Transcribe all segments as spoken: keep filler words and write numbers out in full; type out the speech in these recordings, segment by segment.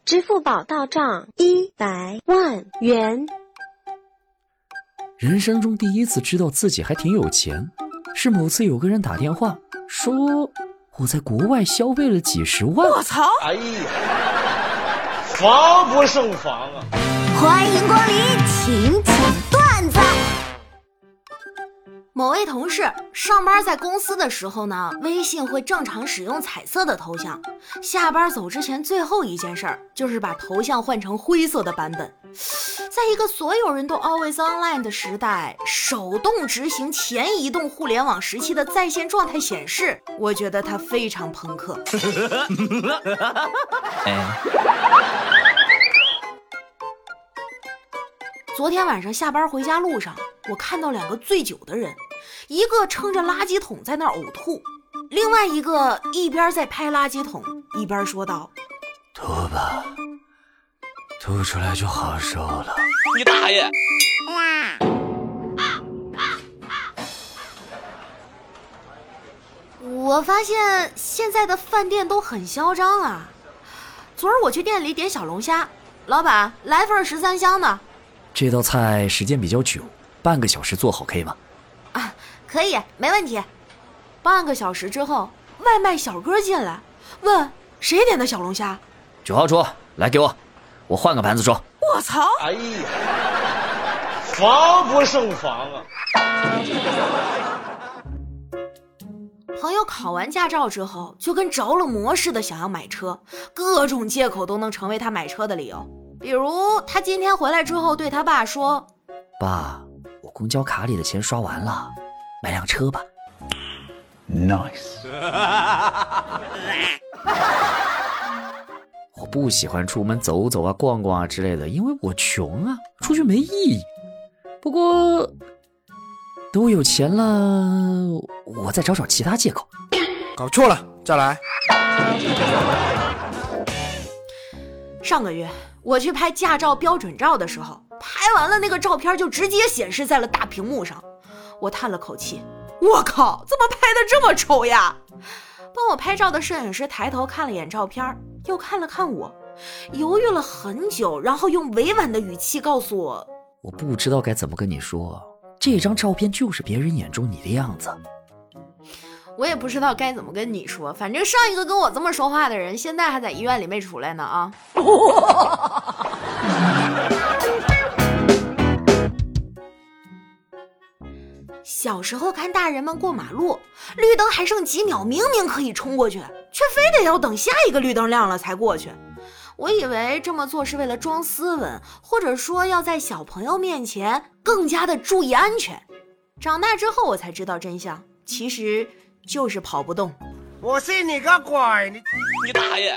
支付宝到账一百万元。 人生中第一次知道自己还挺有钱，是某次有个人打电话说我在国外消费了几十万。 我操！ 哎呀，防不胜防啊！ 欢迎光临请讲段子。某位同事上班在公司的时候呢，微信会正常使用彩色的头像，下班走之前最后一件事儿就是把头像换成灰色的版本。在一个所有人都 always online 的时代，手动执行前移动互联网时期的在线状态显示，我觉得他非常朋克。 哎， 昨天晚上下班回家路上，我看到两个醉酒的人，一个撑着垃圾桶在那儿呕吐，另外一个一边在拍垃圾桶一边说道： 吐吧，吐出来就好受了。 你大爷！ 我发现现在的饭店都很嚣张啊。昨儿我去店里点小龙虾，老板来份十三香的。 这道菜时间比较久，半个小时做好可以吗？ 啊，可以，没问题。半个小时之后，外卖小哥进来，问谁点的小龙虾？ 九号桌，来给我，我换个盘子装。 我操！ 哎呀，防不胜防啊！ 朋友考完驾照之后，就跟着了魔似的想要买车，各种借口都能成为他买车的理由。比如他今天回来之后对他爸说： 爸，我公交卡里的钱刷完了，买辆车吧。 Nice 我不喜欢出门走走啊逛逛啊之类的，因为我穷啊，出去没意义。不过都有钱了，我再找找其他借口。 搞错了，再来。 上个月我去拍驾照标准照的时候，拍完了那个照片就直接显示在了大屏幕上。我叹了口气，我靠，怎么拍的这么丑呀？帮我拍照的摄影师抬头看了眼照片，又看了看我，犹豫了很久，然后用委婉的语气告诉我： 我不知道该怎么跟你说，这张照片就是别人眼中你的样子。 我也不知道该怎么跟你说，反正上一个跟我这么说话的人现在还在医院里没出来呢啊。小时候看大人们过马路，绿灯还剩几秒，明明可以冲过去，却非得要等下一个绿灯亮了才过去。我以为这么做是为了装斯文，或者说要在小朋友面前更加的注意安全。长大之后我才知道真相，其实就是跑不动。 我信你个鬼！你你大爷！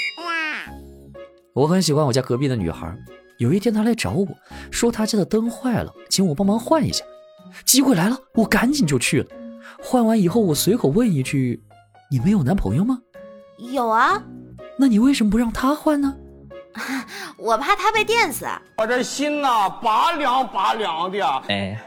我很喜欢我家隔壁的女孩，有一天她来找我说她家的灯坏了，请我帮忙换一下。机会来了，我赶紧就去了。换完以后我随口问一句：你没有男朋友吗？ 有啊。 那你为什么不让他换呢？ 我怕他被电死。 我这心呐、啊，拔凉拔凉的。 哎，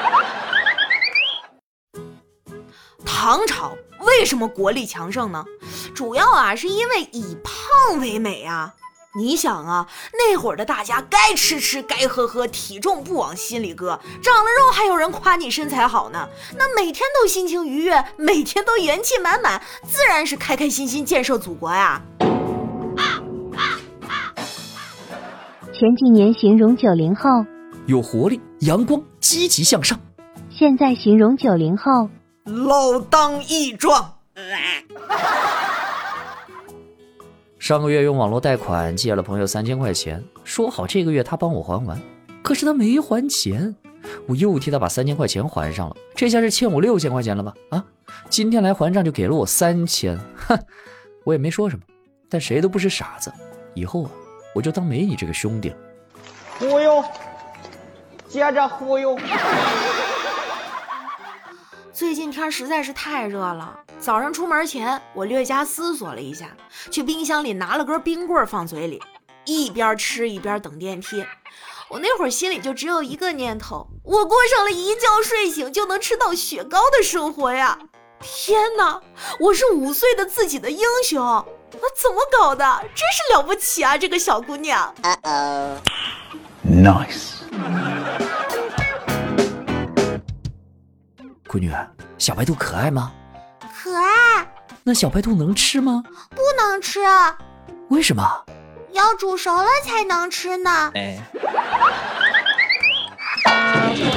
唐朝为什么国力强盛呢？主要啊是因为以胖为美啊。你想啊，那会儿的大家该吃吃该喝喝，体重不往心里搁，长了肉还有人夸你身材好呢，那每天都心情愉悦，每天都元气满满，自然是开开心心建设祖国呀。 前几年形容九零后有活力、阳光、积极向上， 现在形容九零后老当益壮。 上个月用网络贷款借了朋友三千块钱，说好这个月他帮我还完，可是他没还钱，我又替他把三千块钱还上了，这下是欠我六千块钱了吧？啊，今天来还账就给了我三千，哼，我也没说什么，但谁都不是傻子，以后啊，我就当没你这个兄弟了。 忽悠，接着忽悠。 最近天实在是太热了，早上出门前我略加思索了一下，去冰箱里拿了根冰棍放嘴里，一边吃一边等电梯。我那会儿心里就只有一个念头，我过上了一觉睡醒就能吃到雪糕的生活呀。 天哪，我是五岁的自己的英雄，那怎么搞的？真是了不起啊，这个小姑娘。 Nice. 闺女，小白兔可爱吗？ 可爱。 那小白兔能吃吗？ 不能吃。 为什么？ 要煮熟了才能吃呢。 哎。